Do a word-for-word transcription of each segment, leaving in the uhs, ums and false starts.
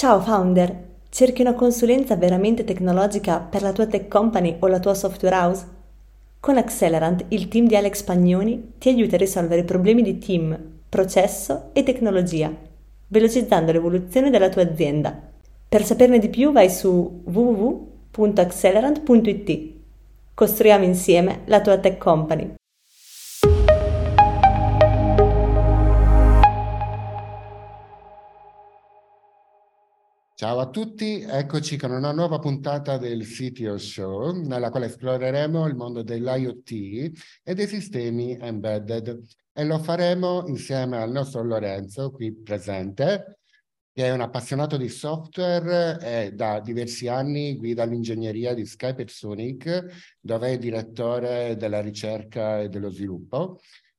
Ciao founder, cerchi una consulenza veramente tecnologica per la tua tech company o la tua software house? Con Accelerant, il team di Alex Pagnoni ti aiuta a risolvere problemi di team, processo e tecnologia, velocizzando l'evoluzione della tua azienda. Per saperne di più vai su w w w punto accelerant punto i t. Costruiamo insieme la tua tech company. Ciao a tutti, eccoci con una nuova puntata del C T O Show, nella quale esploreremo il mondo dell'IoT e dei sistemi embedded. E lo faremo insieme al nostro Lorenzo, qui presente, che è un appassionato di software e da diversi anni guida l'ingegneria di Skypersonic, dove è direttore della ricerca e dello sviluppo.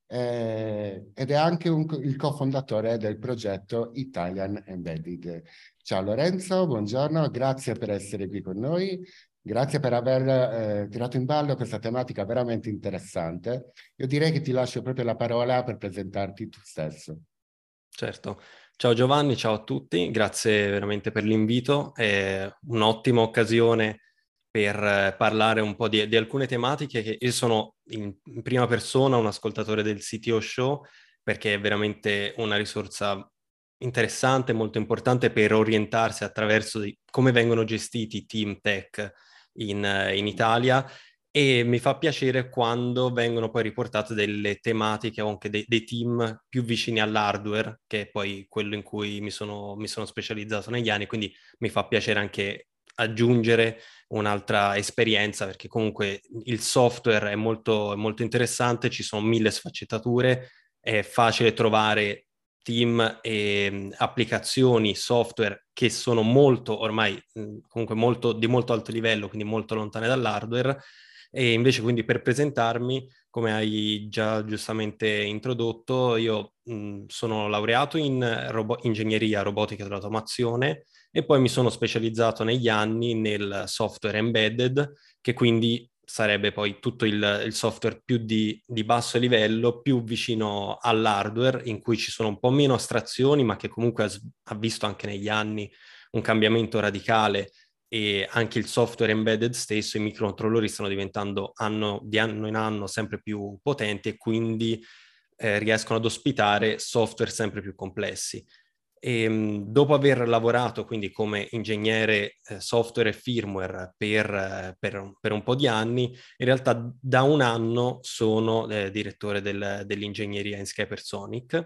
Eh, ed è anche un, il cofondatore del progetto Italian Embedded. Ciao Lorenzo, buongiorno, grazie per essere qui con noi, grazie per aver eh, tirato in ballo questa tematica veramente interessante. Io direi che ti lascio proprio la parola per presentarti tu stesso. Certo. Ciao Giovanni, ciao a tutti, grazie veramente per l'invito. È un'ottima occasione per eh, parlare un po' di, di alcune tematiche che io sono in, in prima persona un ascoltatore del C T O Show, perché è veramente una risorsa interessante, molto importante per orientarsi attraverso di come vengono gestiti i team tech in, eh, in Italia, e mi fa piacere quando vengono poi riportate delle tematiche o anche dei, dei team più vicini all'hardware, che è poi quello in cui mi sono, mi sono specializzato negli anni, quindi mi fa piacere anche aggiungere un'altra esperienza, perché comunque il software è molto, è molto interessante, ci sono mille sfaccettature, è facile trovare team e mh, applicazioni, software che sono molto ormai mh, comunque molto, di molto alto livello, quindi molto lontane dall'hardware. E invece quindi per presentarmi, come hai già giustamente introdotto, io mh, sono laureato in robo- ingegneria robotica dell'automazione e poi mi sono specializzato negli anni nel software embedded, che quindi sarebbe poi tutto il, il software più di, di basso livello, più vicino all'hardware, in cui ci sono un po' meno astrazioni, ma che comunque ha, s- ha visto anche negli anni un cambiamento radicale, e anche il software embedded stesso, i microcontrollori stanno diventando anno, di anno in anno sempre più potenti e quindi eh, riescono ad ospitare software sempre più complessi. E, mh, dopo aver lavorato quindi come ingegnere eh, software e firmware per, eh, per, per un po' di anni, in realtà da un anno sono eh, direttore del, dell'ingegneria in Skypersonic.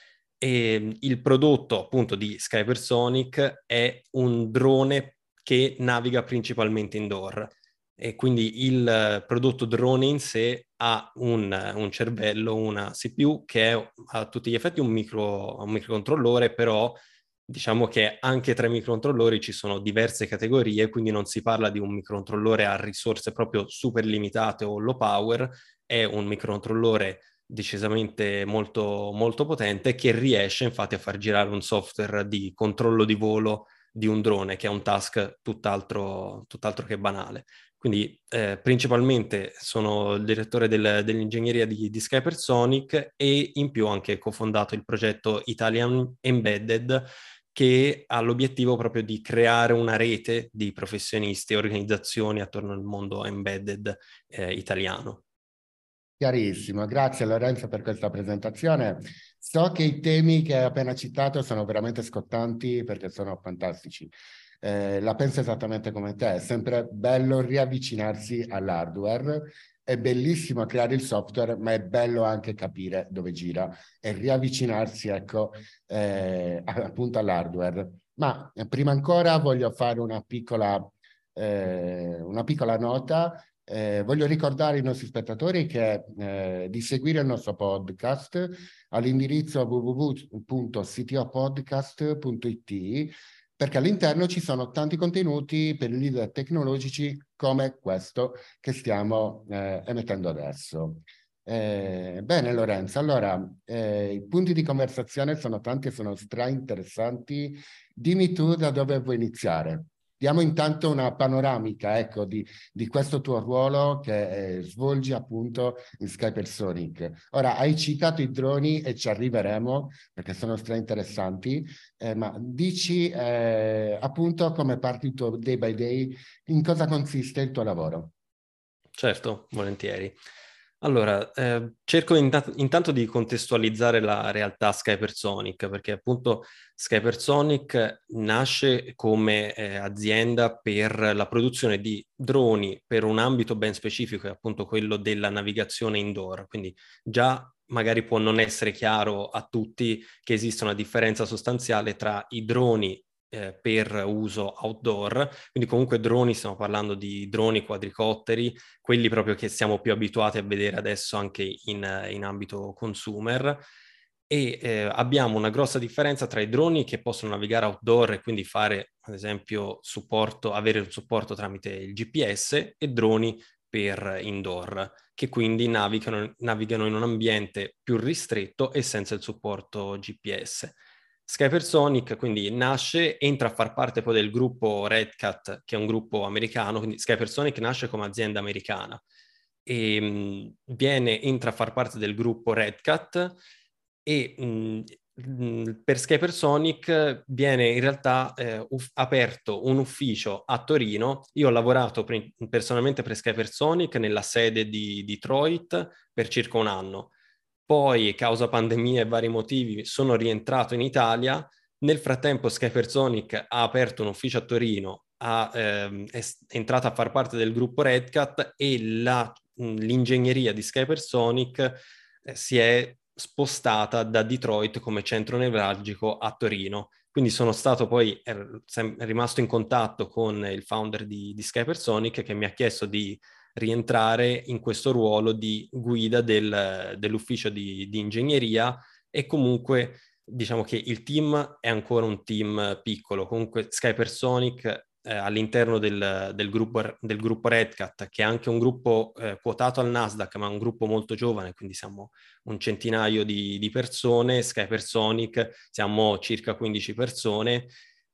E mh, il prodotto appunto di Skypersonic è un drone che naviga principalmente indoor, e quindi il eh, prodotto drone in sé ha un, un cervello, una C P U che è a tutti gli effetti un, micro, un microcontrollore, però diciamo che anche tra i microcontrollori ci sono diverse categorie, quindi non si parla di un microcontrollore a risorse proprio super limitate o low power, è un microcontrollore decisamente molto, molto potente, che riesce infatti a far girare un software di controllo di volo di un drone, che è un task tutt'altro, tutt'altro che banale. Quindi eh, principalmente sono il direttore del, dell'ingegneria di, di Skypersonic, e in più ho anche cofondato il progetto Italian Embedded, che ha l'obiettivo proprio di creare una rete di professionisti e organizzazioni attorno al mondo embedded eh, italiano. Chiarissimo, grazie Lorenzo per questa presentazione. So che i temi che hai appena citato sono veramente scottanti perché sono fantastici. Eh, la penso esattamente come te, è sempre bello riavvicinarsi all'hardware, è bellissimo creare il software, ma è bello anche capire dove gira e riavvicinarsi, ecco, eh, appunto all'hardware. Ma eh, prima ancora voglio fare una piccola, eh, una piccola nota. Eh, voglio ricordare ai nostri spettatori che, eh, di seguire il nostro podcast all'indirizzo w w w punto c t o podcast punto i t, perché all'interno ci sono tanti contenuti per i leader tecnologici come questo che stiamo eh, emettendo adesso. Eh, bene Lorenzo, allora eh, i punti di conversazione sono tanti e sono stra interessanti. Dimmi tu da dove vuoi iniziare. diamo intanto una panoramica, ecco, di, di questo tuo ruolo che eh, svolgi appunto in Skypersonic. Ora, hai citato i droni e ci arriveremo perché sono stra interessanti, eh, ma dici eh, appunto come parti il tuo day by day, in cosa consiste il tuo lavoro? Certo, volentieri. Allora, eh, cerco inta- intanto di contestualizzare la realtà Skypersonic, perché appunto Skypersonic nasce come eh, azienda per la produzione di droni per un ambito ben specifico, che è appunto quello della navigazione indoor. Quindi già magari può non essere chiaro a tutti che esiste una differenza sostanziale tra i droni eh, per uso outdoor, quindi comunque droni, stiamo parlando di droni quadricotteri, quelli proprio che siamo più abituati a vedere adesso anche in, in ambito consumer. E eh, abbiamo una grossa differenza tra i droni che possono navigare outdoor e quindi fare, ad esempio, supporto, avere un supporto tramite il G P S, e droni per indoor, che quindi navigano, navigano in un ambiente più ristretto e senza il supporto G P S. Skypersonic quindi nasce, entra a far parte poi del gruppo Red Cat, che è un gruppo americano, quindi Skypersonic nasce come azienda americana e mh, viene, entra a far parte del gruppo Red Cat e mh, mh, per Skypersonic viene in realtà eh, uff- aperto un ufficio a Torino. Io ho lavorato pre- personalmente per Skypersonic nella sede di Detroit per circa un anno. Poi, causa pandemia e vari motivi, sono rientrato in Italia. Nel frattempo Skypersonic ha aperto un ufficio a Torino, ha, ehm, è, è entrata a far parte del gruppo Red Cat e la, mh, l'ingegneria di Skypersonic eh, si è spostata da Detroit come centro nevralgico a Torino. Quindi sono stato poi è, è rimasto in contatto con il founder di, di Skypersonic, che mi ha chiesto di rientrare in questo ruolo di guida del, dell'ufficio di, di ingegneria. E comunque diciamo che il team è ancora un team piccolo. Comunque Skypersonic eh, all'interno del, del, gruppo, del gruppo Red Cat, che è anche un gruppo eh, quotato al Nasdaq, ma un gruppo molto giovane, quindi siamo un centinaio di, di persone. Skypersonic siamo circa quindici persone,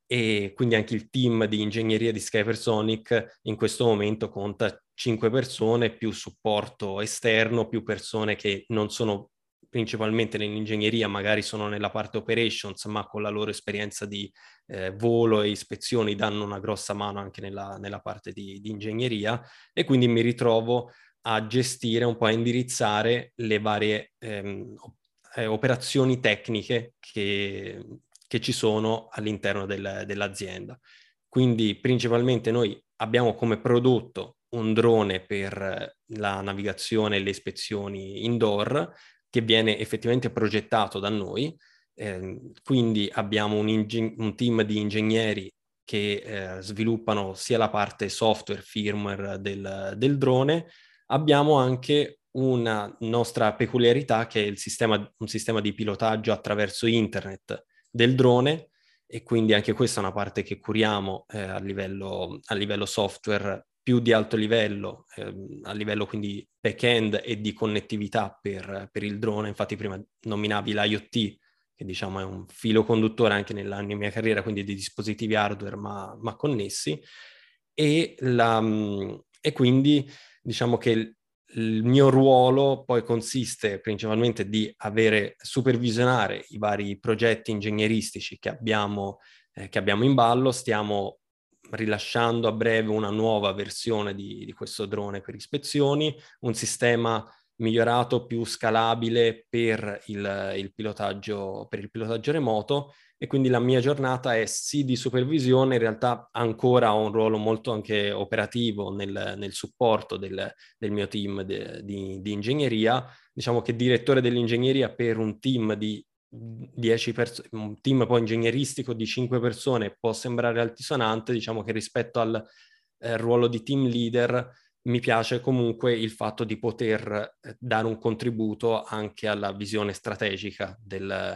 e quindi anche il team di ingegneria di Skypersonic in questo momento conta cinque persone, più supporto esterno, più persone che non sono principalmente nell'ingegneria, magari sono nella parte operations, ma con la loro esperienza di eh, volo e ispezioni danno una grossa mano anche nella, nella parte di, di ingegneria. E quindi mi ritrovo a gestire un po', a indirizzare le varie ehm, eh, operazioni tecniche che, che ci sono all'interno del, dell'azienda. Quindi principalmente noi abbiamo come prodotto un drone per la navigazione e le ispezioni indoor, che viene effettivamente progettato da noi. Eh, quindi abbiamo un, ingen- un team di ingegneri che eh, sviluppano sia la parte software, firmware del, del drone. Abbiamo anche una nostra peculiarità, che è il sistema, un sistema di pilotaggio attraverso internet del drone, e quindi anche questa è una parte che curiamo eh, a livello, a livello software più di alto livello, ehm, a livello quindi back-end e di connettività per, per il drone. Infatti prima nominavi l'IoT, che diciamo è un filo conduttore anche nella, nella mia carriera, quindi di dispositivi hardware ma, ma connessi. E, la, e quindi diciamo che il, il mio ruolo poi consiste principalmente di avere, supervisionare i vari progetti ingegneristici che abbiamo, eh, che abbiamo in ballo. Stiamo rilasciando a breve una nuova versione di, di questo drone per ispezioni, un sistema migliorato, più scalabile per il, il pilotaggio, per il pilotaggio remoto. E quindi la mia giornata è sì di supervisione, in realtà ancora ho un ruolo molto anche operativo nel, nel supporto del, del mio team de, di, di ingegneria. Diciamo che direttore dell'ingegneria per un team di dieci persone, un team poi ingegneristico di cinque persone può sembrare altisonante. Diciamo che rispetto al eh, ruolo di team leader mi piace comunque il fatto di poter eh, dare un contributo anche alla visione strategica del,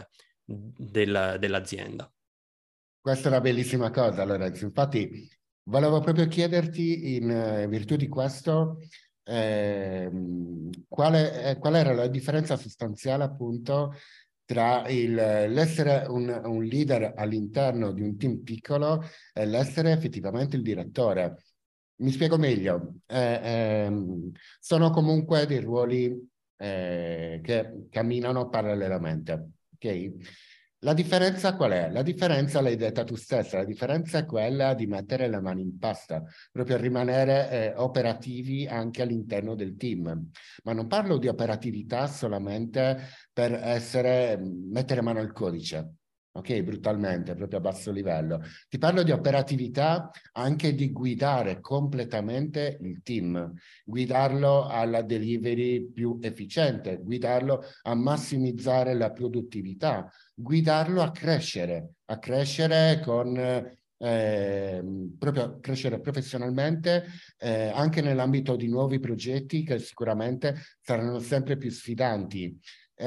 del, dell'azienda. Questa è una bellissima cosa, Lorenzo. Infatti, volevo proprio chiederti, in eh, virtù di questo, ehm, quale, eh, qual era la differenza sostanziale, appunto, tra il, l'essere un, un leader all'interno di un team piccolo e l'essere effettivamente il direttore. Mi spiego meglio. Eh, ehm, sono comunque dei ruoli eh, che camminano parallelamente, ok? La differenza qual è? La differenza l'hai detta tu stessa, la differenza è quella di mettere le mani in pasta, proprio rimanere eh, operativi anche all'interno del team. Ma non parlo di operatività solamente per essere, mettere mano al codice, ok? Brutalmente, proprio a basso livello. Ti parlo di operatività anche di guidare completamente il team, guidarlo alla delivery più efficiente, guidarlo a massimizzare la produttività, guidarlo a crescere, a crescere con eh, proprio crescere professionalmente eh, anche nell'ambito di nuovi progetti che sicuramente saranno sempre più sfidanti.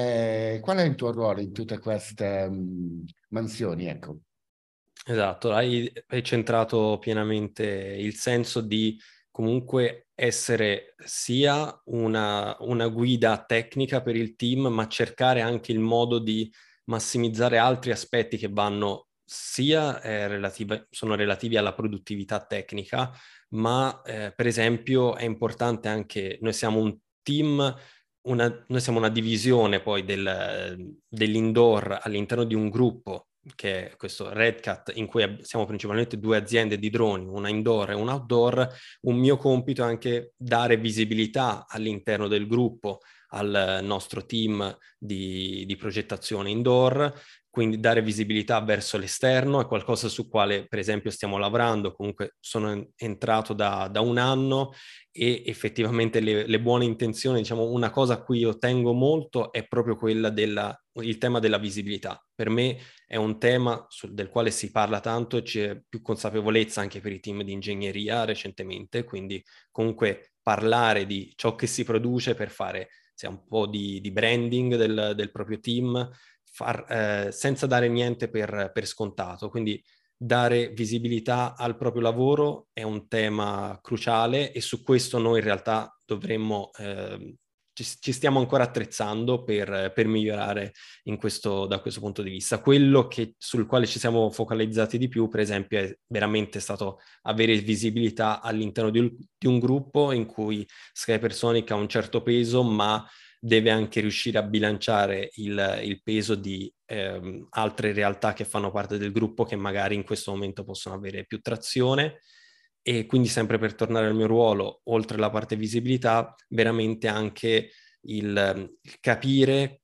Eh, qual è il tuo ruolo in tutte queste um, mansioni? Ecco. Esatto, hai, hai centrato pienamente il senso di comunque essere sia una, una guida tecnica per il team, ma cercare anche il modo di massimizzare altri aspetti che vanno sia eh, relative, sono relativi alla produttività tecnica, ma eh, per esempio è importante anche, noi siamo un team, una, noi siamo una divisione poi del, dell'indoor all'interno di un gruppo, che è questo Red Cat, in cui siamo principalmente due aziende di droni, una indoor e una outdoor. Un mio compito è anche dare visibilità all'interno del gruppo al nostro team di, di progettazione indoor, quindi dare visibilità verso l'esterno è qualcosa su quale per esempio stiamo lavorando. Comunque sono entrato da, da un anno e effettivamente le, le buone intenzioni, diciamo, una cosa a cui io tengo molto è proprio quella della, il tema della visibilità. Per me è un tema sul, del quale si parla tanto e c'è più consapevolezza anche per i team di ingegneria recentemente, quindi comunque parlare di ciò che si produce per fare sia un po' di, di branding del, del proprio team, far, eh, senza dare niente per, per scontato. Quindi dare visibilità al proprio lavoro è un tema cruciale e su questo noi in realtà dovremmo, eh, ci, ci stiamo ancora attrezzando per, per migliorare in questo, da questo punto di vista. Quello che, sul quale ci siamo focalizzati di più, per esempio, è veramente stato avere visibilità all'interno di un, di un gruppo in cui Skypersonic ha un certo peso, ma deve anche riuscire a bilanciare il, il peso di ehm, altre realtà che fanno parte del gruppo che magari in questo momento possono avere più trazione. E quindi sempre per tornare al mio ruolo, oltre alla parte visibilità, veramente anche il, il capire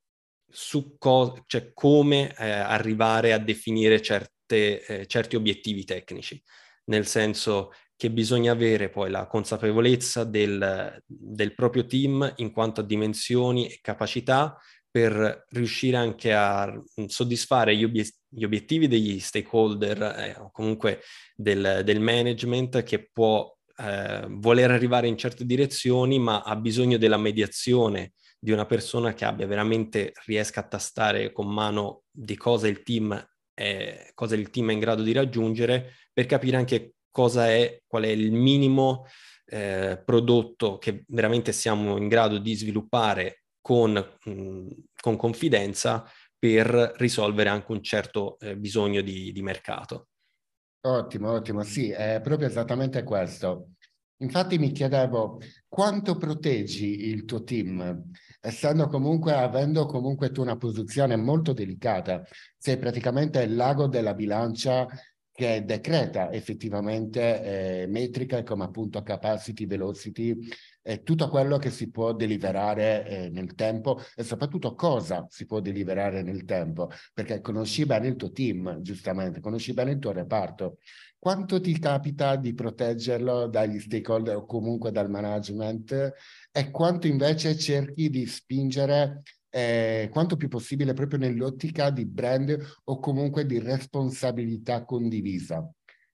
su co- cioè come eh, arrivare a definire certe, eh, certi obiettivi tecnici, nel senso che bisogna avere poi la consapevolezza del, del proprio team in quanto a dimensioni e capacità per riuscire anche a soddisfare gli, obiet- gli obiettivi degli stakeholder eh, o comunque del, del management che può eh, voler arrivare in certe direzioni, ma ha bisogno della mediazione di una persona che abbia veramente riesca a tastare con mano di cosa il team è, cosa il team è in grado di raggiungere per capire anche cosa è, qual è il minimo eh, prodotto che veramente siamo in grado di sviluppare con, mh, con confidenza per risolvere anche un certo eh, bisogno di, di mercato. Ottimo, ottimo, sì, è proprio esattamente questo. Infatti mi chiedevo quanto proteggi il tuo team, essendo comunque, avendo comunque tu una posizione molto delicata, sei praticamente il l'ago della bilancia che decreta effettivamente eh, metriche come appunto capacity, velocity, e tutto quello che si può deliberare eh, nel tempo e soprattutto cosa si può deliberare nel tempo, perché conosci bene il tuo team, giustamente, conosci bene il tuo reparto. Quanto ti capita di proteggerlo dagli stakeholder o comunque dal management e quanto invece cerchi di spingere eh, quanto più possibile proprio nell'ottica di brand o comunque di responsabilità condivisa?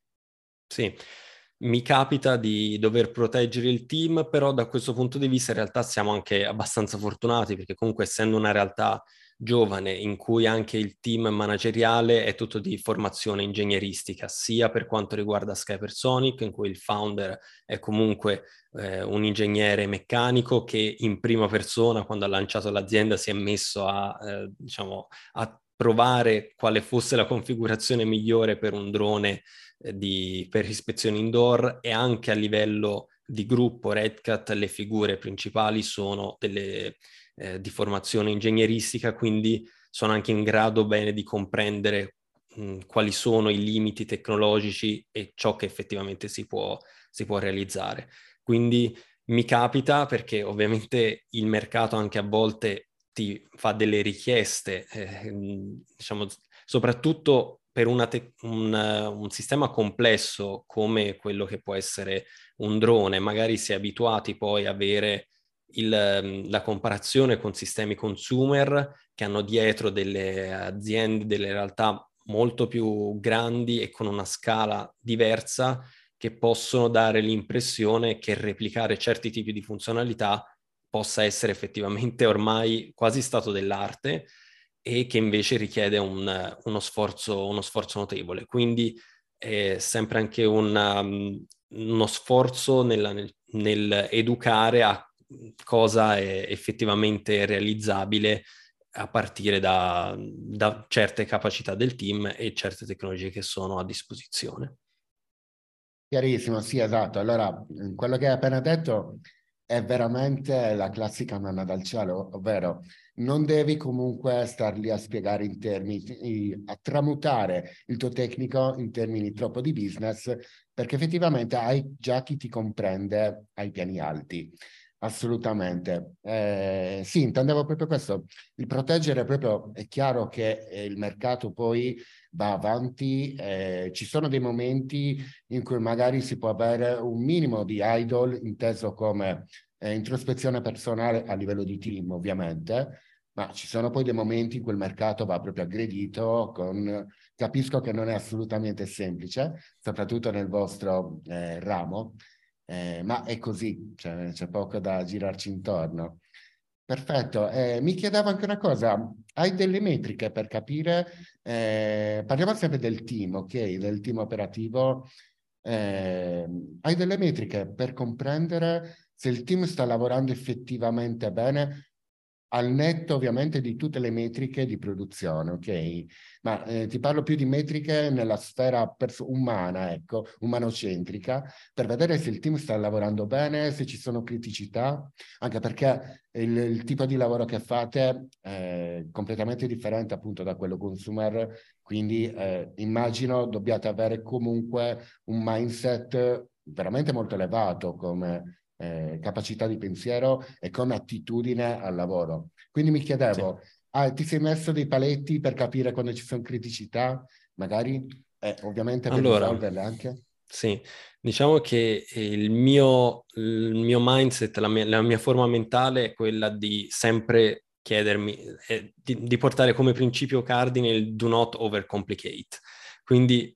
Sì, mi capita di dover proteggere il team, però da questo punto di vista in realtà siamo anche abbastanza fortunati perché comunque essendo una realtà giovane, in cui anche il team manageriale è tutto di formazione ingegneristica, sia per quanto riguarda Skypersonic, in cui il founder è comunque eh, un ingegnere meccanico che in prima persona, quando ha lanciato l'azienda, si è messo a, eh, diciamo, a provare quale fosse la configurazione migliore per un drone eh, di, per ispezioni indoor, e anche a livello di gruppo Red Cat le figure principali sono delle eh, di formazione ingegneristica, quindi sono anche in grado bene di comprendere mh, quali sono i limiti tecnologici e ciò che effettivamente si può, si può realizzare. Quindi mi capita, perché ovviamente il mercato anche a volte ti fa delle richieste, eh, diciamo, soprattutto per una te- un, un sistema complesso come quello che può essere un drone. Magari si è abituati poi a avere il, la comparazione con sistemi consumer che hanno dietro delle aziende, delle realtà molto più grandi e con una scala diversa, che possono dare l'impressione che replicare certi tipi di funzionalità possa essere effettivamente ormai quasi stato dell'arte, e che invece richiede un, uno sforzo, uno sforzo notevole. Quindi è sempre anche un, um, uno sforzo nella, nel, nel educare a cosa è effettivamente realizzabile a partire da, da certe capacità del team e certe tecnologie che sono a disposizione. Chiarissimo, sì, esatto. Allora, quello che hai appena detto è veramente la classica manna dal cielo, ovvero non devi comunque star lì a spiegare in termini, a tramutare il tuo tecnico in termini troppo di business, perché effettivamente hai già chi ti comprende ai piani alti. Assolutamente. Eh, sì, intendevo proprio questo. Il proteggere proprio, è chiaro che eh, il mercato poi va avanti, eh, ci sono dei momenti in cui magari si può avere un minimo di idle, inteso come eh, introspezione personale a livello di team, ovviamente, ma ci sono poi dei momenti in cui il mercato va proprio aggredito, con... capisco che non è assolutamente semplice, soprattutto nel vostro eh, ramo, eh, ma è così, cioè, c'è poco da girarci intorno. Perfetto, eh, mi chiedevo anche una cosa, hai delle metriche per capire, eh, parliamo sempre del team, ok, del team operativo, eh, hai delle metriche per comprendere se il team sta lavorando effettivamente bene, al netto ovviamente di tutte le metriche di produzione, ok? Ma eh, ti parlo più di metriche nella sfera perso- umana, ecco, umanocentrica, per vedere se il team sta lavorando bene, se ci sono criticità, anche perché il, il tipo di lavoro che fate è completamente differente appunto da quello consumer, quindi eh, immagino dobbiate avere comunque un mindset veramente molto elevato come eh, capacità di pensiero e come attitudine al lavoro. Quindi mi chiedevo, Sì. ah, ti sei messo dei paletti per capire quando ci sono criticità, magari, eh, ovviamente per Allora, risolverle anche? sì, diciamo che il mio, il mio mindset, la mia, la mia forma mentale è quella di sempre chiedermi, eh, di, di portare come principio cardine il do not overcomplicate. Quindi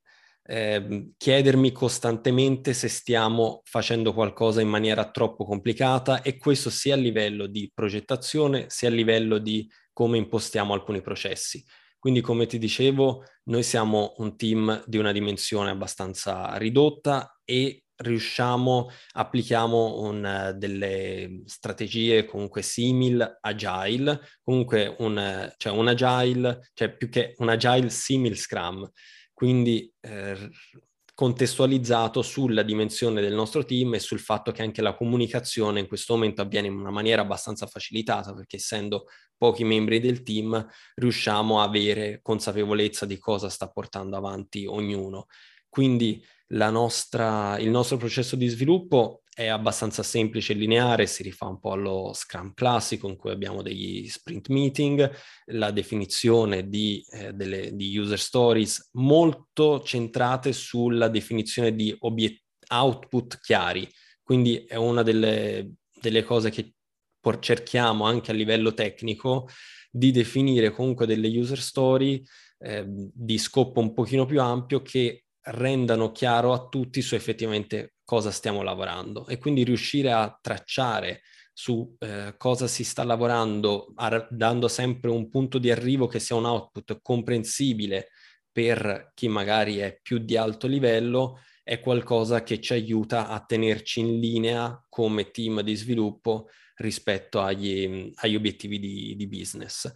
eh, chiedermi costantemente se stiamo facendo qualcosa in maniera troppo complicata, e questo sia a livello di progettazione, sia a livello di come impostiamo alcuni processi. Quindi, come ti dicevo, noi siamo un team di una dimensione abbastanza ridotta e riusciamo, applichiamo un, delle strategie comunque simil agile, comunque un, cioè un agile, cioè più che un agile simil scrum, quindi eh, contestualizzato sulla dimensione del nostro team e sul fatto che anche la comunicazione in questo momento avviene in una maniera abbastanza facilitata, perché essendo pochi membri del team riusciamo a avere consapevolezza di cosa sta portando avanti ognuno. Quindi la nostra, il nostro processo di sviluppo è abbastanza semplice e lineare, si rifà un po' allo Scrum classico, in cui abbiamo degli sprint meeting, la definizione di, eh, delle, di user stories molto centrate sulla definizione di obiet- output chiari. Quindi è una delle, delle cose che por- cerchiamo anche a livello tecnico di definire comunque delle user story eh, di scopo un pochino più ampio, che rendano chiaro a tutti su effettivamente cosa stiamo lavorando, e quindi riuscire a tracciare su eh, cosa si sta lavorando, ar- dando sempre un punto di arrivo che sia un output comprensibile per chi magari è più di alto livello, è qualcosa che ci aiuta a tenerci in linea come team di sviluppo rispetto agli, agli obiettivi di, di business.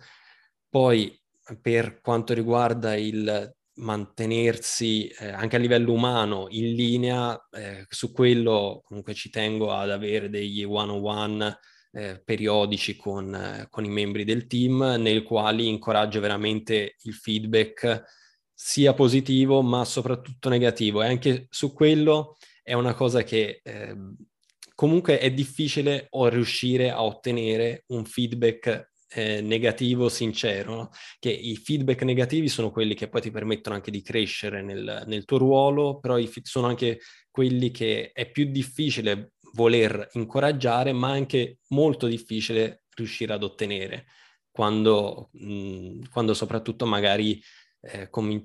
Poi, per quanto riguarda il mantenersi eh, anche a livello umano in linea, eh, su quello comunque ci tengo ad avere degli one-on-one eh, periodici con, eh, con i membri del team, nei quali incoraggio veramente il feedback sia positivo ma soprattutto negativo, e anche su quello è una cosa che eh, comunque è difficile o riuscire a ottenere un feedback eh, negativo sincero, no? Che i feedback negativi sono quelli che poi ti permettono anche di crescere nel, nel tuo ruolo, però i, sono anche quelli che è più difficile voler incoraggiare, ma anche molto difficile riuscire ad ottenere, quando, mh, quando soprattutto magari eh, com-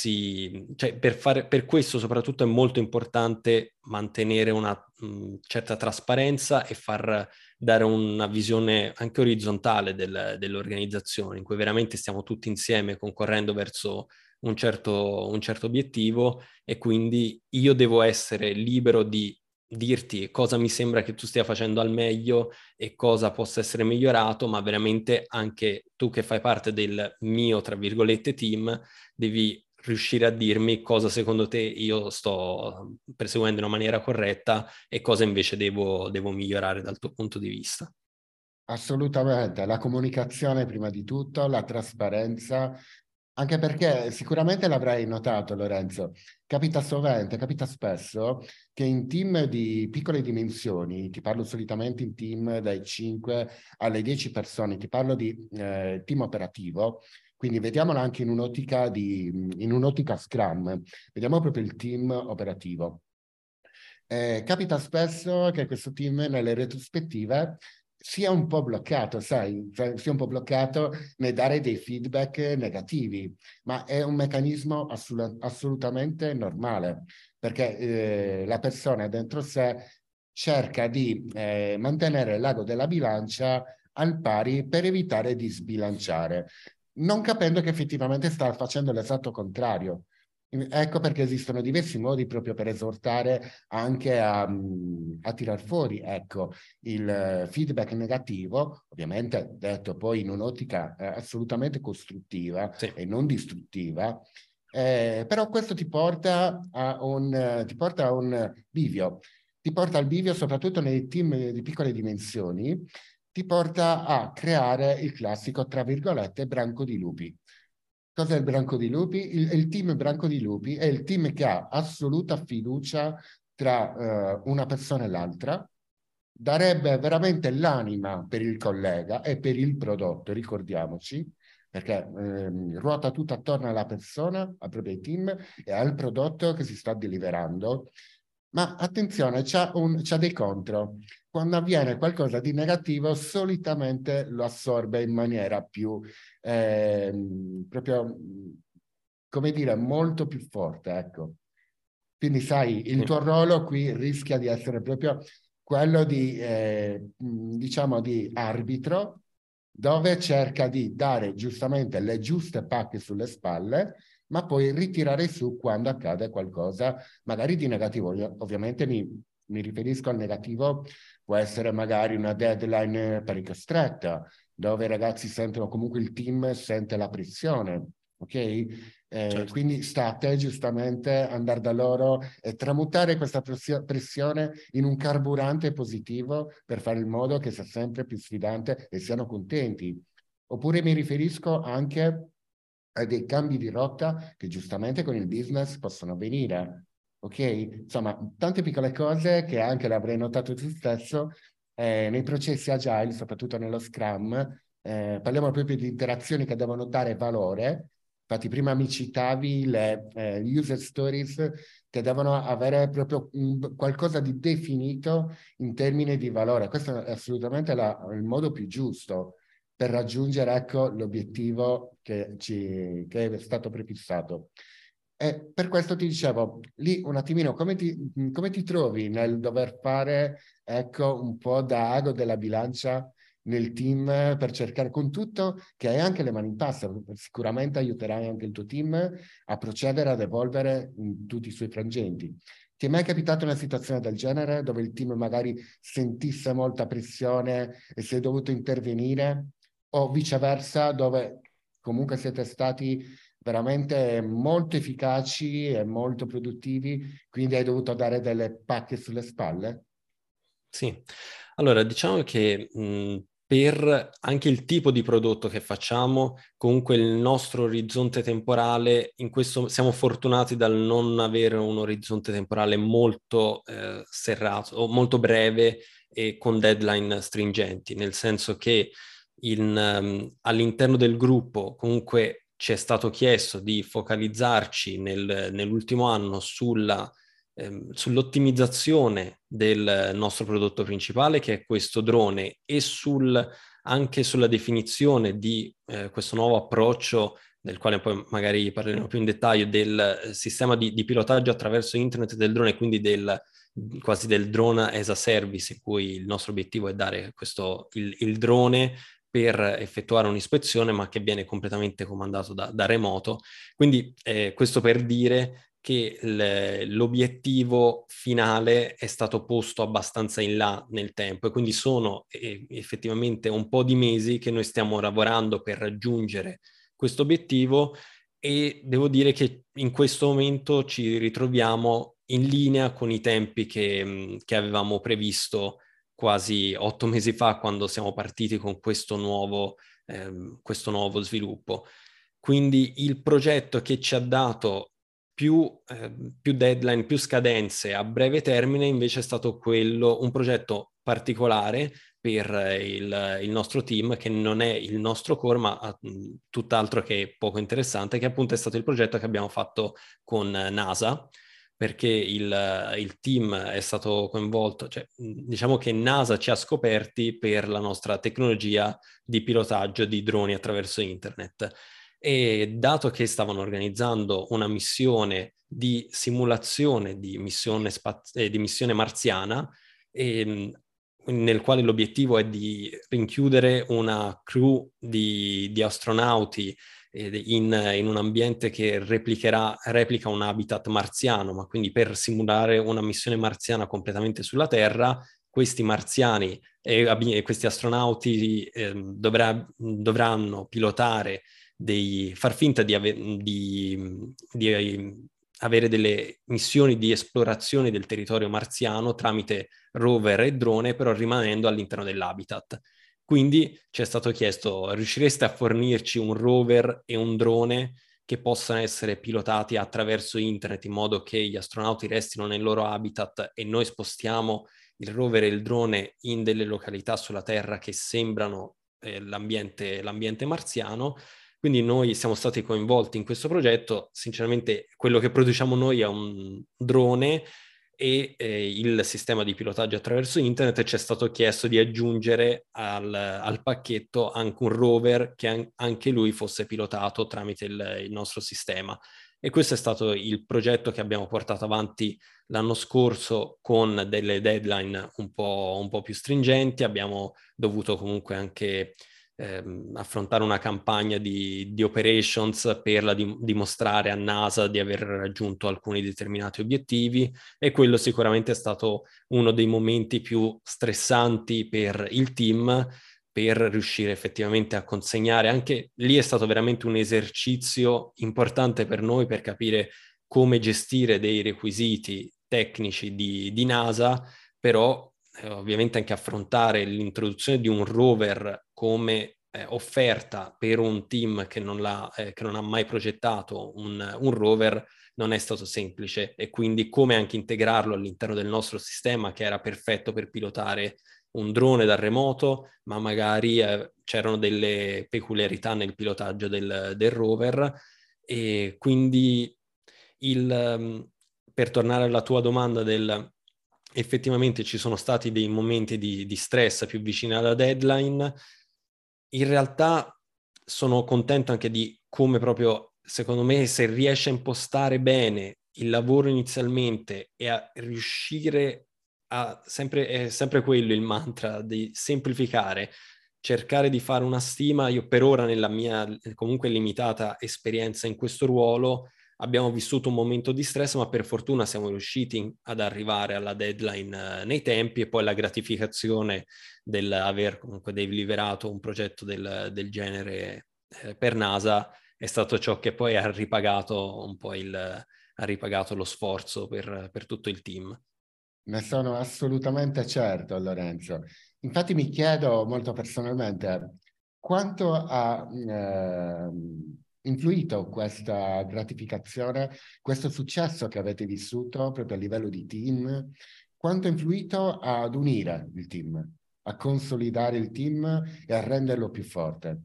si, cioè per, fare, per questo soprattutto è molto importante mantenere una mh, certa trasparenza e far dare una visione anche orizzontale del, dell'organizzazione, in cui veramente stiamo tutti insieme concorrendo verso un certo, un certo obiettivo, e quindi io devo essere libero di dirti cosa mi sembra che tu stia facendo al meglio e cosa possa essere migliorato, ma veramente anche tu che fai parte del mio, tra virgolette, team, devi riuscire a dirmi cosa secondo te io sto perseguendo in una maniera corretta e cosa invece devo, devo migliorare dal tuo punto di vista. Assolutamente, la comunicazione prima di tutto, la trasparenza, anche perché sicuramente l'avrai notato, Lorenzo, capita sovente, capita spesso che in team di piccole dimensioni, ti parlo solitamente in team dai cinque alle dieci persone, ti parlo di eh, team operativo, quindi vediamolo anche in un'ottica di, in un'ottica Scrum, vediamo proprio il team operativo. Eh, capita spesso che questo team nelle retrospettive sia un po' bloccato, sai, cioè sia un po' bloccato nel dare dei feedback negativi, ma è un meccanismo assolut- assolutamente normale, perché eh, la persona dentro sé cerca di eh, mantenere l'ago della bilancia al pari per evitare di sbilanciare, non capendo che effettivamente sta facendo l'esatto contrario. Ecco perché esistono diversi modi proprio per esortare anche a, a tirar fuori, ecco, il feedback negativo, ovviamente detto poi in un'ottica eh, assolutamente costruttiva Sì. e non distruttiva, eh, però questo ti porta a un, eh, ti porta a un bivio, ti porta al bivio soprattutto nei team di piccole dimensioni, ti porta a creare il classico, tra virgolette, branco di lupi. Cos'è il branco di lupi? Il, il team branco di lupi è il team che ha assoluta fiducia tra eh, una persona e l'altra, darebbe veramente l'anima per il collega e per il prodotto, ricordiamoci, perché ehm, ruota tutto attorno alla persona, al proprio team e al prodotto che si sta deliverando. Ma attenzione, c'ha, un, c'ha dei contro. Quando avviene qualcosa di negativo, solitamente lo assorbe in maniera più, ehm, proprio, come dire, molto più forte, ecco. Quindi, sai, il Sì. tuo ruolo qui rischia di essere proprio quello di, eh, diciamo, di arbitro, dove cerca di dare giustamente le giuste pacche sulle spalle, ma poi ritirare su quando accade qualcosa magari di negativo. Io, ovviamente mi, mi riferisco al negativo, può essere magari una deadline parecchio stretta, dove i ragazzi sentono, comunque il team sente la pressione, ok? Eh, Certo. quindi sta a te giustamente andare da loro e tramutare questa pressio- pressione in un carburante positivo per fare in modo che sia sempre più sfidante e siano contenti. Oppure mi riferisco anche a dei cambi di rotta che giustamente con il business possono avvenire. Ok? Insomma, tante piccole cose che anche l'avrei notato tu stesso eh, nei processi agile, soprattutto nello Scrum. Eh, parliamo proprio di interazioni che devono dare valore. Infatti, prima mi citavi le eh, user stories che devono avere proprio un, qualcosa di definito in termini di valore. Questo è assolutamente la, il modo più giusto per raggiungere, ecco, l'obiettivo che, ci, che è stato prefissato. E per questo ti dicevo, lì un attimino, come ti, come ti trovi nel dover fare, ecco, un po' da ago della bilancia nel team per cercare, con tutto che hai anche le mani in pasta, sicuramente aiuterai anche il tuo team a procedere, ad evolvere in tutti i suoi frangenti. Ti è mai capitato una situazione del genere dove il team magari sentisse molta pressione e sei dovuto intervenire, o viceversa dove comunque siete stati veramente molto efficaci e molto produttivi, quindi hai dovuto dare delle pacche sulle spalle? Sì, allora diciamo che mh, per anche il tipo di prodotto che facciamo, comunque il nostro orizzonte temporale, in questo siamo fortunati dal non avere un orizzonte temporale molto eh, serrato o molto breve e con deadline stringenti, nel senso che in, um, all'interno del gruppo comunque ci è stato chiesto di focalizzarci nel, nell'ultimo anno sulla ehm, sull'ottimizzazione del nostro prodotto principale, che è questo drone, e sul, anche sulla definizione di eh, questo nuovo approccio, del quale poi magari parleremo più in dettaglio, del sistema di, di pilotaggio attraverso internet del drone, quindi del, quasi del drone as a service, in cui il nostro obiettivo è dare questo, il, il drone per effettuare un'ispezione, ma che viene completamente comandato da, da remoto. Quindi eh, questo per dire che l'obiettivo finale è stato posto abbastanza in là nel tempo, e quindi sono eh, effettivamente un po' di mesi che noi stiamo lavorando per raggiungere questo obiettivo, e devo dire che in questo momento ci ritroviamo in linea con i tempi che, che avevamo previsto quasi otto mesi fa, quando siamo partiti con questo nuovo, ehm, questo nuovo sviluppo. Quindi il progetto che ci ha dato più, eh, più deadline, più scadenze a breve termine, invece è stato quello, un progetto particolare per il, il nostro team, che non è il nostro core, ma mh, tutt'altro che poco interessante, che appunto è stato il progetto che abbiamo fatto con NASA, perché il, il team è stato coinvolto, cioè diciamo che NASA ci ha scoperti per la nostra tecnologia di pilotaggio di droni attraverso internet. E dato che stavano organizzando una missione di simulazione di missione, spaz- eh, di missione marziana, ehm, nel quale l'obiettivo è di rinchiudere una crew di, di astronauti in, in un ambiente che replicherà, replica un habitat marziano, ma quindi per simulare una missione marziana completamente sulla Terra, questi marziani e questi astronauti eh, dovrà, dovranno pilotare dei, far finta di, ave, di, di avere delle missioni di esplorazione del territorio marziano tramite rover e drone, però rimanendo all'interno dell'habitat. Quindi ci è stato chiesto: riuscireste a fornirci un rover e un drone che possano essere pilotati attraverso internet, in modo che gli astronauti restino nel loro habitat e noi spostiamo il rover e il drone in delle località sulla Terra che sembrano eh, l'ambiente, l'ambiente marziano. Quindi noi siamo stati coinvolti in questo progetto. Sinceramente quello che produciamo noi è un drone e eh, il sistema di pilotaggio attraverso internet. Ci è stato chiesto di aggiungere al, al pacchetto anche un rover che an- anche lui fosse pilotato tramite il, il nostro sistema. E questo è stato il progetto che abbiamo portato avanti l'anno scorso con delle deadline un po', un po' più stringenti. Abbiamo dovuto comunque anche ehm, affrontare una campagna di, di operations per la dim- dimostrare a NASA di aver raggiunto alcuni determinati obiettivi, e quello sicuramente è stato uno dei momenti più stressanti per il team, per riuscire effettivamente a consegnare. Anche lì è stato veramente un esercizio importante per noi per capire come gestire dei requisiti tecnici di, di NASA, però eh, ovviamente anche affrontare l'introduzione di un rover come eh, offerta per un team che non, l'ha, eh, che non ha mai progettato un, un rover non è stato semplice, e quindi come anche integrarlo all'interno del nostro sistema, che era perfetto per pilotare un drone da remoto, ma magari eh, c'erano delle peculiarità nel pilotaggio del, del rover. E quindi il, um, per tornare alla tua domanda del effettivamente ci sono stati dei momenti di, di stress più vicini alla deadline, in realtà sono contento anche di come proprio secondo me, se riesci a impostare bene il lavoro inizialmente e a riuscire a sempre, è sempre quello il mantra di semplificare, cercare di fare una stima. Io per ora, nella mia comunque limitata esperienza in questo ruolo, abbiamo vissuto un momento di stress, ma per fortuna siamo riusciti ad arrivare alla deadline eh, nei tempi, e poi la gratificazione dell'aver comunque deliberato un progetto del, del genere eh, per NASA è stato ciò che poi ha ripagato un po' il, ha ripagato lo sforzo per, per tutto il team. Ne sono assolutamente certo, Lorenzo. Infatti mi chiedo molto personalmente quanto ha eh, influito questa gratificazione, questo successo che avete vissuto proprio a livello di team, quanto ha influito ad unire il team, a consolidare il team e a renderlo più forte.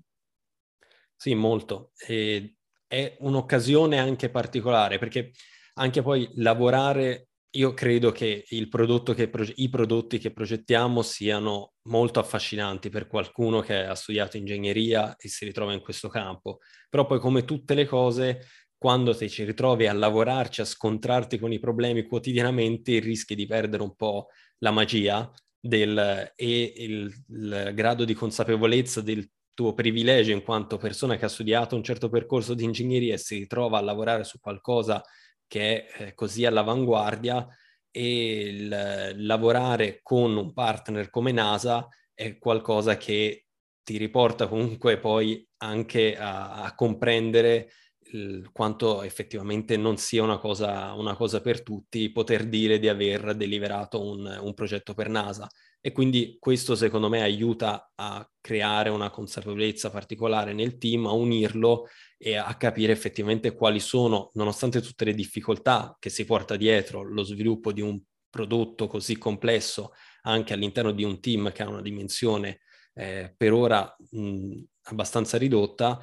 Sì, molto. E è un'occasione anche particolare, perché anche poi lavorare, io credo che il prodotto che proge- i prodotti che progettiamo siano molto affascinanti per qualcuno che ha studiato ingegneria e si ritrova in questo campo. Però poi, come tutte le cose, quando ti ci ritrovi a lavorarci, a scontrarti con i problemi quotidianamente, rischi di perdere un po' la magia del, e il, il grado di consapevolezza del tuo privilegio in quanto persona che ha studiato un certo percorso di ingegneria e si ritrova a lavorare su qualcosa che è eh, così all'avanguardia, e il, lavorare con un partner come NASA è qualcosa che ti riporta comunque poi anche a, a comprendere il, quanto effettivamente non sia una cosa, una cosa per tutti poter dire di aver deliberato un, un progetto per NASA. E quindi questo secondo me aiuta a creare una consapevolezza particolare nel team, a unirlo e a capire effettivamente quali sono, nonostante tutte le difficoltà che si porta dietro lo sviluppo di un prodotto così complesso, anche all'interno di un team che ha una dimensione eh, per ora mh, abbastanza ridotta,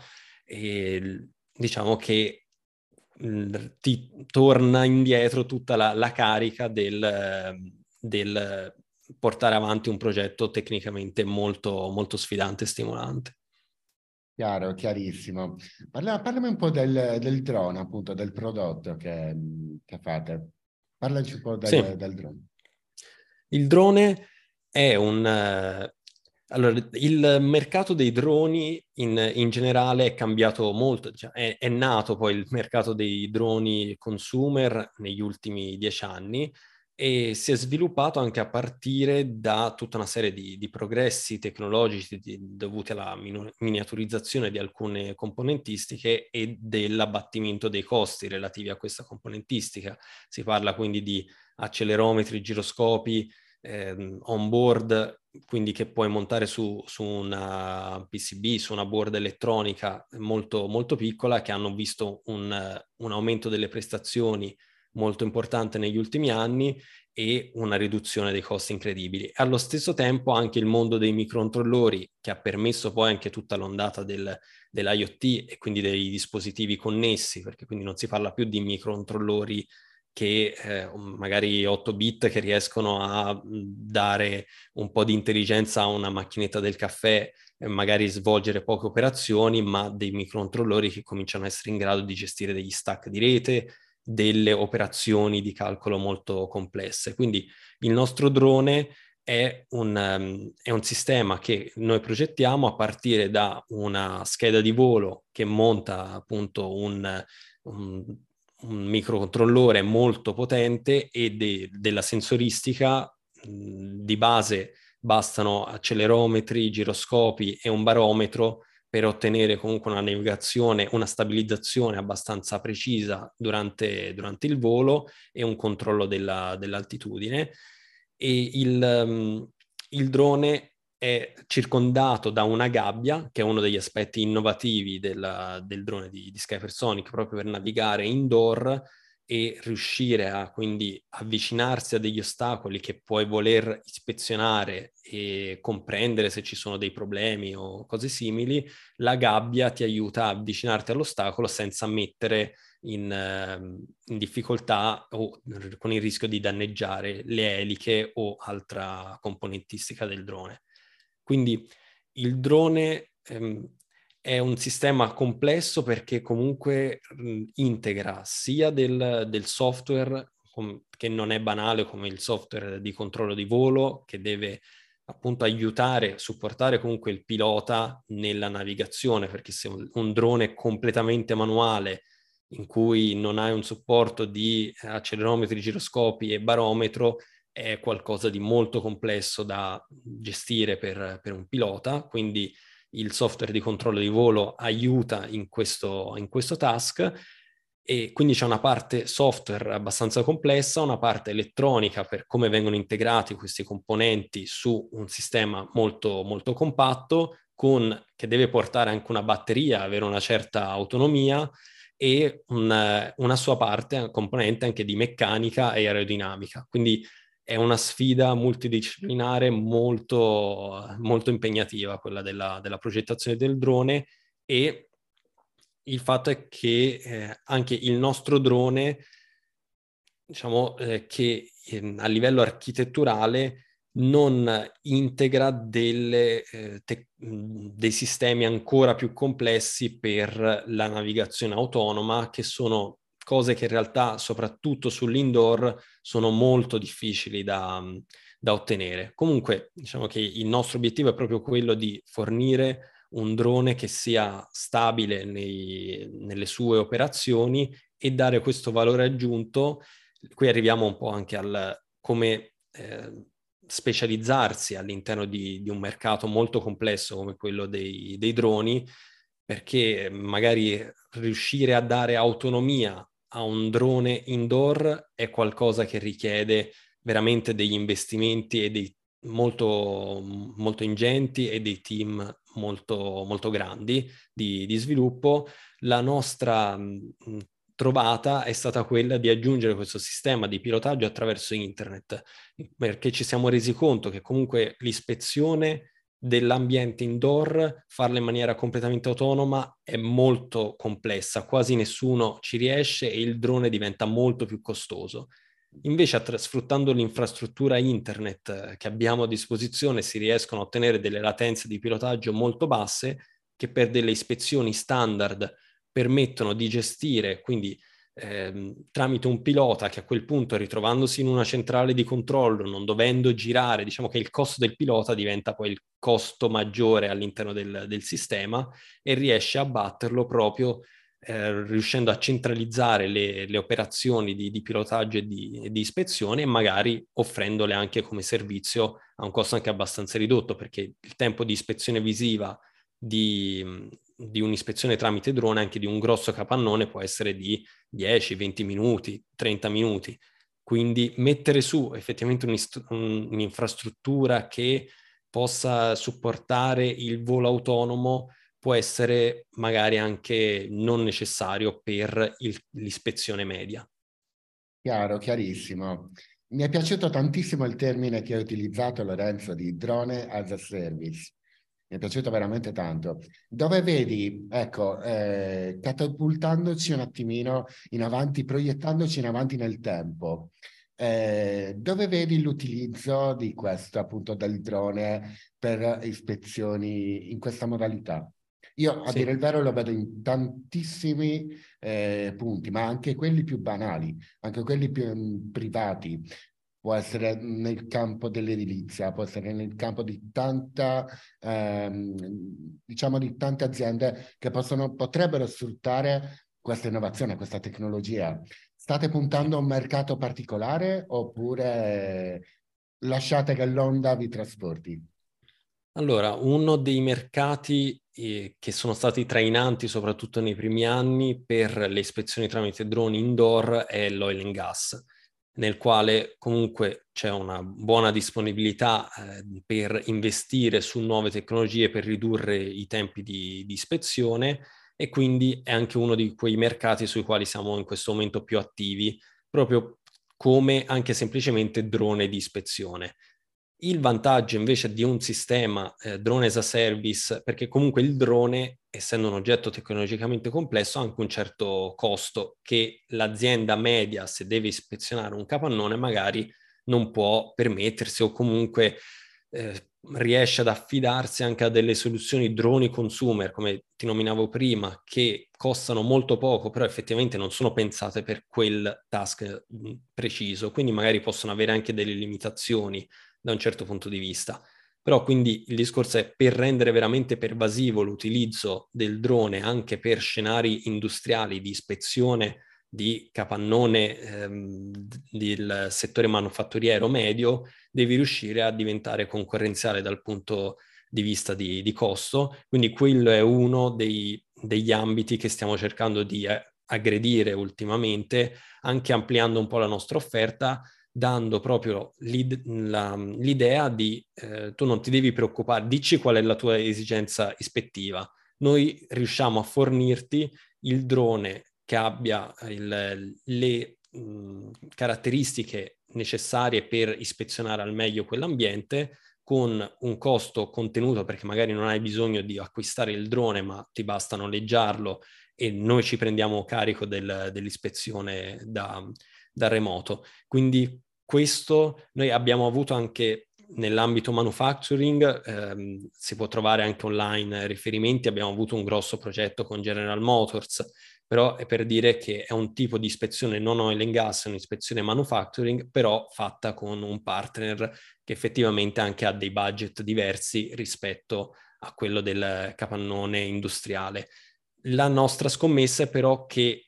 e diciamo che mh, ti torna indietro tutta la, la carica del, del portare avanti un progetto tecnicamente molto, molto sfidante e stimolante. Chiaro, chiarissimo. Parla- parlami un po' del, del drone, appunto, del prodotto che, che fate. Parlaci un po' del, Sì, del drone. il drone è un... eh, allora, il mercato dei droni in, in generale è cambiato molto, cioè, è, è nato poi il mercato dei droni consumer negli ultimi dieci anni, e si è sviluppato anche a partire da tutta una serie di, di progressi tecnologici di- dovuti alla minu- miniaturizzazione di alcune componentistiche e dell'abbattimento dei costi relativi a questa componentistica. Si parla quindi di accelerometri, giroscopi, ehm, on board, quindi che puoi montare su, su una P C B, su una board elettronica molto, molto piccola, che hanno visto un, un aumento delle prestazioni molto importante negli ultimi anni e una riduzione dei costi incredibili. Allo stesso tempo anche il mondo dei microcontrollori, che ha permesso poi anche tutta l'ondata del, dell'IoT e quindi dei dispositivi connessi, perché quindi non si parla più di microcontrollori che eh, magari otto bit che riescono a dare un po' di intelligenza a una macchinetta del caffè, e magari svolgere poche operazioni, ma dei microcontrollori che cominciano a essere in grado di gestire degli stack di rete, delle operazioni di calcolo molto complesse. Quindi il nostro drone è un, um, è un sistema che noi progettiamo a partire da una scheda di volo che monta appunto un, un un microcontrollore molto potente e de- della sensoristica. Mh, di base bastano accelerometri, giroscopi e un barometro per ottenere comunque una navigazione, una stabilizzazione abbastanza precisa durante, durante il volo e un controllo della, dell'altitudine. E il, um, il drone è circondato da una gabbia, che è uno degli aspetti innovativi della, del drone di, di Skypersonic, proprio per navigare indoor e riuscire a quindi avvicinarsi a degli ostacoli che puoi voler ispezionare e comprendere se ci sono dei problemi o cose simili. La gabbia ti aiuta a avvicinarti all'ostacolo senza mettere in, in difficoltà o con il rischio di danneggiare le eliche o altra componentistica del drone. Quindi il drone ehm, è un sistema complesso perché comunque mh, integra sia del, del software com- che non è banale come il software di controllo di volo, che deve appunto aiutare, supportare comunque il pilota nella navigazione, perché se un, un drone è completamente manuale, in cui non hai un supporto di accelerometri, giroscopi e barometro, è qualcosa di molto complesso da gestire per, per un pilota, quindi il software di controllo di volo aiuta in questo, in questo task, e quindi c'è una parte software abbastanza complessa, una parte elettronica per come vengono integrati questi componenti su un sistema molto, molto compatto, con, che deve portare anche una batteria, avere una certa autonomia, e un, una sua parte, componente anche di meccanica e aerodinamica. Quindi è una sfida multidisciplinare molto, molto impegnativa, quella della, della progettazione del drone, e il fatto è che eh, anche il nostro drone, diciamo, eh, che eh, a livello architetturale non integra delle, eh, te- dei sistemi ancora più complessi per la navigazione autonoma, che sono cose che in realtà, soprattutto sull'indoor, sono molto difficili da, da ottenere. Comunque, diciamo che il nostro obiettivo è proprio quello di fornire un drone che sia stabile nei, nelle sue operazioni e dare questo valore aggiunto. Qui arriviamo un po' anche al come eh, specializzarsi all'interno di, di un mercato molto complesso come quello dei, dei droni, perché magari riuscire a dare autonomia a un drone indoor è qualcosa che richiede veramente degli investimenti e dei molto, molto ingenti e dei team molto, molto grandi di, di sviluppo. La nostra mh, trovata è stata quella di aggiungere questo sistema di pilotaggio attraverso internet, perché ci siamo resi conto che comunque l'ispezione dell'ambiente indoor, farla in maniera completamente autonoma, è molto complessa, quasi nessuno ci riesce e il drone diventa molto più costoso. Invece, attra- sfruttando l'infrastruttura internet eh, che abbiamo a disposizione, si riescono a ottenere delle latenze di pilotaggio molto basse, che per delle ispezioni standard permettono di gestire, quindi ehm, tramite un pilota che a quel punto, ritrovandosi in una centrale di controllo, non dovendo girare, diciamo che il costo del pilota diventa poi il costo maggiore all'interno del, del sistema, e riesce a batterlo proprio eh, riuscendo a centralizzare le, le operazioni di, di pilotaggio e di, di ispezione, e magari offrendole anche come servizio a un costo anche abbastanza ridotto, perché il tempo di ispezione visiva di, di un'ispezione tramite drone, anche di un grosso capannone, può essere di dieci, venti minuti, trenta minuti. Quindi mettere su effettivamente un'infrastruttura che possa supportare il volo autonomo può essere magari anche non necessario per il, l'ispezione media. Chiaro, chiarissimo. Mi è piaciuto tantissimo il termine che hai utilizzato, Lorenzo, di drone as a service. Mi è piaciuto veramente tanto. Dove vedi, ecco, eh, catapultandoci un attimino in avanti, proiettandoci in avanti nel tempo, eh, dove vedi l'utilizzo di questo, appunto, del drone per ispezioni in questa modalità? Io, a dire Sì. il vero, lo vedo in tantissimi eh, punti, ma anche quelli più banali, anche quelli più mm, privati. Può essere nel campo dell'edilizia, può essere nel campo di tanta, ehm, diciamo, di tante aziende che possono, potrebbero sfruttare questa innovazione, questa tecnologia. State puntando a un mercato particolare oppure lasciate che l'onda vi trasporti? Allora, uno dei mercati eh, che sono stati trainanti soprattutto nei primi anni per le ispezioni tramite droni indoor è l'oil and gas, nel quale comunque c'è una buona disponibilità eh, per investire su nuove tecnologie per ridurre i tempi di, di ispezione, e quindi è anche uno di quei mercati sui quali siamo in questo momento più attivi, proprio come anche semplicemente drone di ispezione. Il vantaggio invece di un sistema eh, drone as a service, perché comunque il drone, essendo un oggetto tecnologicamente complesso, ha anche un certo costo che l'azienda media, se deve ispezionare un capannone, magari non può permettersi, o comunque eh, riesce ad affidarsi anche a delle soluzioni droni consumer, come ti nominavo prima, che costano molto poco, però effettivamente non sono pensate per quel task preciso, quindi magari possono avere anche delle limitazioni da un certo punto di vista. Però quindi il discorso è per rendere veramente pervasivo l'utilizzo del drone anche per scenari industriali di ispezione di capannone ehm, del settore manufatturiero medio, devi riuscire a diventare concorrenziale dal punto di vista di, di costo. Quindi quello è uno dei, degli ambiti che stiamo cercando di eh, aggredire ultimamente, anche ampliando un po' la nostra offerta, dando proprio l'id- la, l'idea di eh, tu non ti devi preoccupare, dici qual è la tua esigenza ispettiva. Noi riusciamo a fornirti il drone che abbia il, le mh, caratteristiche necessarie per ispezionare al meglio quell'ambiente, con un costo contenuto, perché magari non hai bisogno di acquistare il drone, ma ti basta noleggiarlo e noi ci prendiamo carico del, dell'ispezione da, da remoto. Quindi questo noi abbiamo avuto anche nell'ambito manufacturing, ehm, si può trovare anche online riferimenti, abbiamo avuto un grosso progetto con General Motors, però è per dire che è un tipo di ispezione non oil and gas, è un'ispezione manufacturing, però fatta con un partner che effettivamente anche ha dei budget diversi rispetto a quello del capannone industriale. La nostra scommessa è però che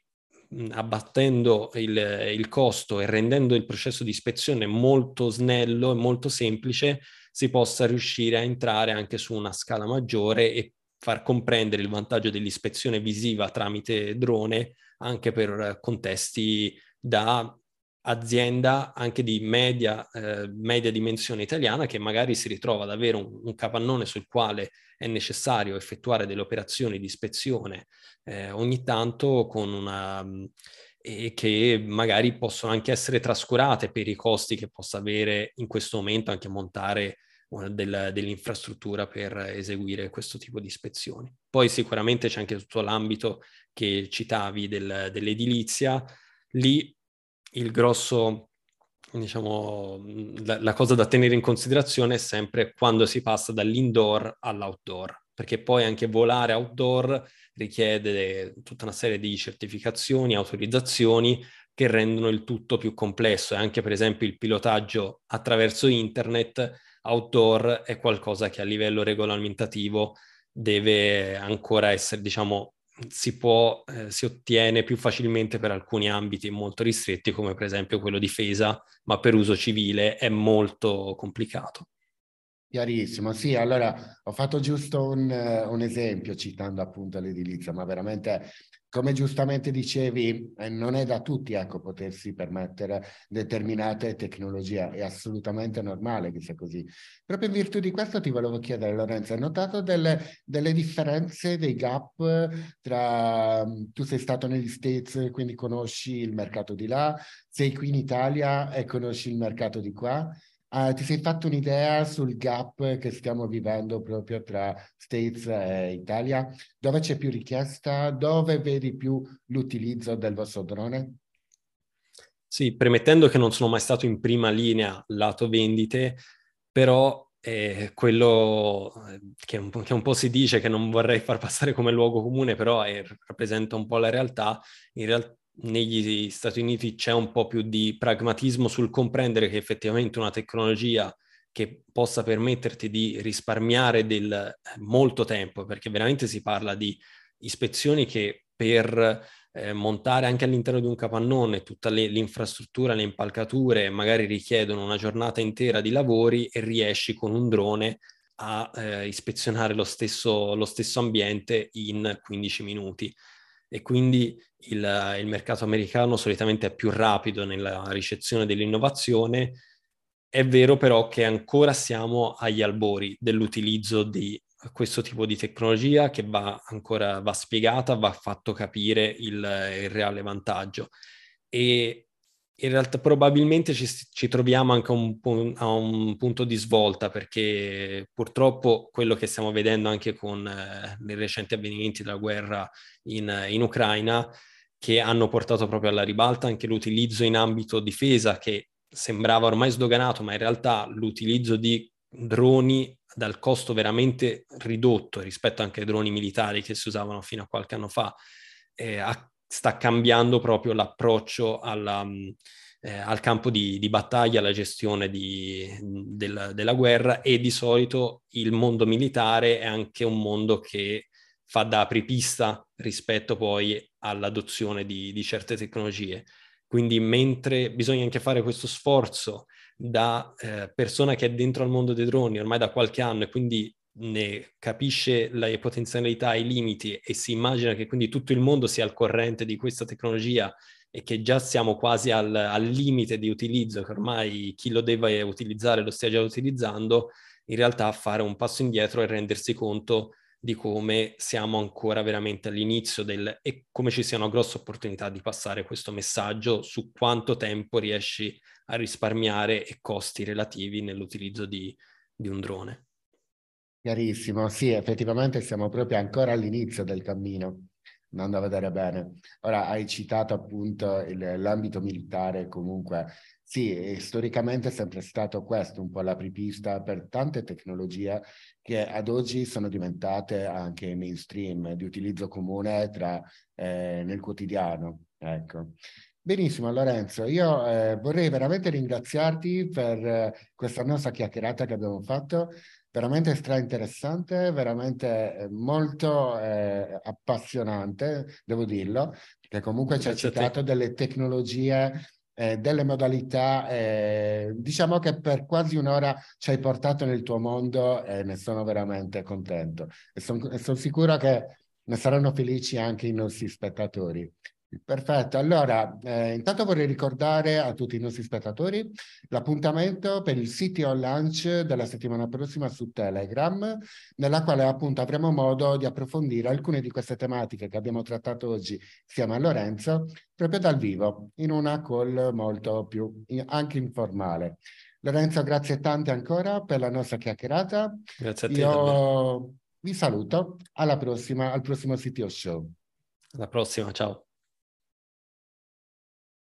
abbattendo il, il costo e rendendo il processo di ispezione molto snello e molto semplice, si possa riuscire a entrare anche su una scala maggiore e far comprendere il vantaggio dell'ispezione visiva tramite drone anche per contesti da azienda anche di media, eh, media dimensione italiana, che magari si ritrova ad avere un, un capannone sul quale è necessario effettuare delle operazioni di ispezione eh, ogni tanto con una e che magari possono anche essere trascurate per i costi che possa avere in questo momento anche montare una del, dell'infrastruttura per eseguire questo tipo di ispezioni. Poi sicuramente c'è anche tutto l'ambito che citavi del, dell'edilizia. Lì il grosso, diciamo, la, la cosa da tenere in considerazione è sempre quando si passa dall'indoor all'outdoor, perché poi anche volare outdoor richiede tutta una serie di certificazioni, autorizzazioni che rendono il tutto più complesso, e anche per esempio il pilotaggio attraverso internet outdoor è qualcosa che a livello regolamentativo deve ancora essere, diciamo, si può, eh, si ottiene più facilmente per alcuni ambiti molto ristretti, come per esempio quello difesa, ma per uso civile è molto complicato. Chiarissimo, sì, allora ho fatto giusto un, un esempio citando appunto l'edilizia, ma veramente, come giustamente dicevi, eh, non è da tutti, ecco, potersi permettere determinate tecnologie, è assolutamente normale che sia così. Proprio in virtù di questo ti volevo chiedere, Lorenzo, hai notato delle, delle differenze, dei gap tra, tu sei stato negli States, quindi conosci il mercato di là, sei qui in Italia e conosci il mercato di qua? Uh, ti sei fatto un'idea sul gap che stiamo vivendo proprio tra States e Italia? Dove c'è più richiesta? Dove vedi più l'utilizzo del vostro drone? Sì, premettendo che non sono mai stato in prima linea lato vendite, però eh, quello che un, po', che un po' si dice, che non vorrei far passare come luogo comune, però è, rappresenta un po' la realtà. In realtà negli Stati Uniti c'è un po' più di pragmatismo sul comprendere che effettivamente una tecnologia che possa permetterti di risparmiare del eh, molto tempo, perché veramente si parla di ispezioni che per eh, montare anche all'interno di un capannone tutta le, l'infrastruttura, le impalcature, magari richiedono una giornata intera di lavori e riesci con un drone a eh, ispezionare lo stesso, lo stesso ambiente in quindici minuti. E quindi il, il mercato americano solitamente è più rapido nella ricezione dell'innovazione. È vero però che ancora siamo agli albori dell'utilizzo di questo tipo di tecnologia, che va ancora va spiegata, va fatto capire il, il reale vantaggio. E in realtà probabilmente ci, ci troviamo anche un, a un punto di svolta, perché purtroppo quello che stiamo vedendo anche con eh, i recenti avvenimenti della guerra in, in Ucraina, che hanno portato proprio alla ribalta anche l'utilizzo in ambito difesa, che sembrava ormai sdoganato, ma in realtà l'utilizzo di droni dal costo veramente ridotto rispetto anche ai droni militari che si usavano fino a qualche anno fa, eh, a, sta cambiando proprio l'approccio alla, eh, al campo di, di battaglia, alla gestione di, del, della guerra, e di solito il mondo militare è anche un mondo che fa da apripista rispetto poi all'adozione di, di certe tecnologie. Quindi mentre bisogna anche fare questo sforzo da eh, persona che è dentro al mondo dei droni ormai da qualche anno e quindi ne capisce le potenzialità e i limiti, e si immagina che quindi tutto il mondo sia al corrente di questa tecnologia e che già siamo quasi al, al limite di utilizzo, che ormai chi lo deve utilizzare lo stia già utilizzando, in realtà fare un passo indietro e rendersi conto di come siamo ancora veramente all'inizio del, e come ci sia una grossa opportunità di passare questo messaggio su quanto tempo riesci a risparmiare e costi relativi nell'utilizzo di, di un drone. Chiarissimo, sì, effettivamente siamo proprio ancora all'inizio del cammino, andando a vedere bene. Ora hai citato appunto il, l'ambito militare, comunque sì, storicamente è sempre stato questo un po' l'apripista per tante tecnologie che ad oggi sono diventate anche mainstream, di utilizzo comune tra, eh, nel quotidiano. Ecco. Benissimo Lorenzo, io eh, vorrei veramente ringraziarti per eh, questa nostra chiacchierata che abbiamo fatto, veramente stra interessante, veramente eh, molto eh, appassionante, devo dirlo, che comunque ci ha citato delle tecnologie, eh, delle modalità, eh, diciamo che per quasi un'ora ci hai portato nel tuo mondo e ne sono veramente contento. E sono son sicuro che ne saranno felici anche i nostri spettatori. Perfetto, allora eh, intanto vorrei ricordare a tutti i nostri spettatori l'appuntamento per il C T O Launch della settimana prossima su Telegram, nella quale appunto avremo modo di approfondire alcune di queste tematiche che abbiamo trattato oggi insieme a Lorenzo, proprio dal vivo, in una call molto più anche informale. Lorenzo, grazie tante ancora per la nostra chiacchierata. Grazie a te, Io davvero. vi saluto, alla prossima, al prossimo C T O Show. Alla prossima, ciao.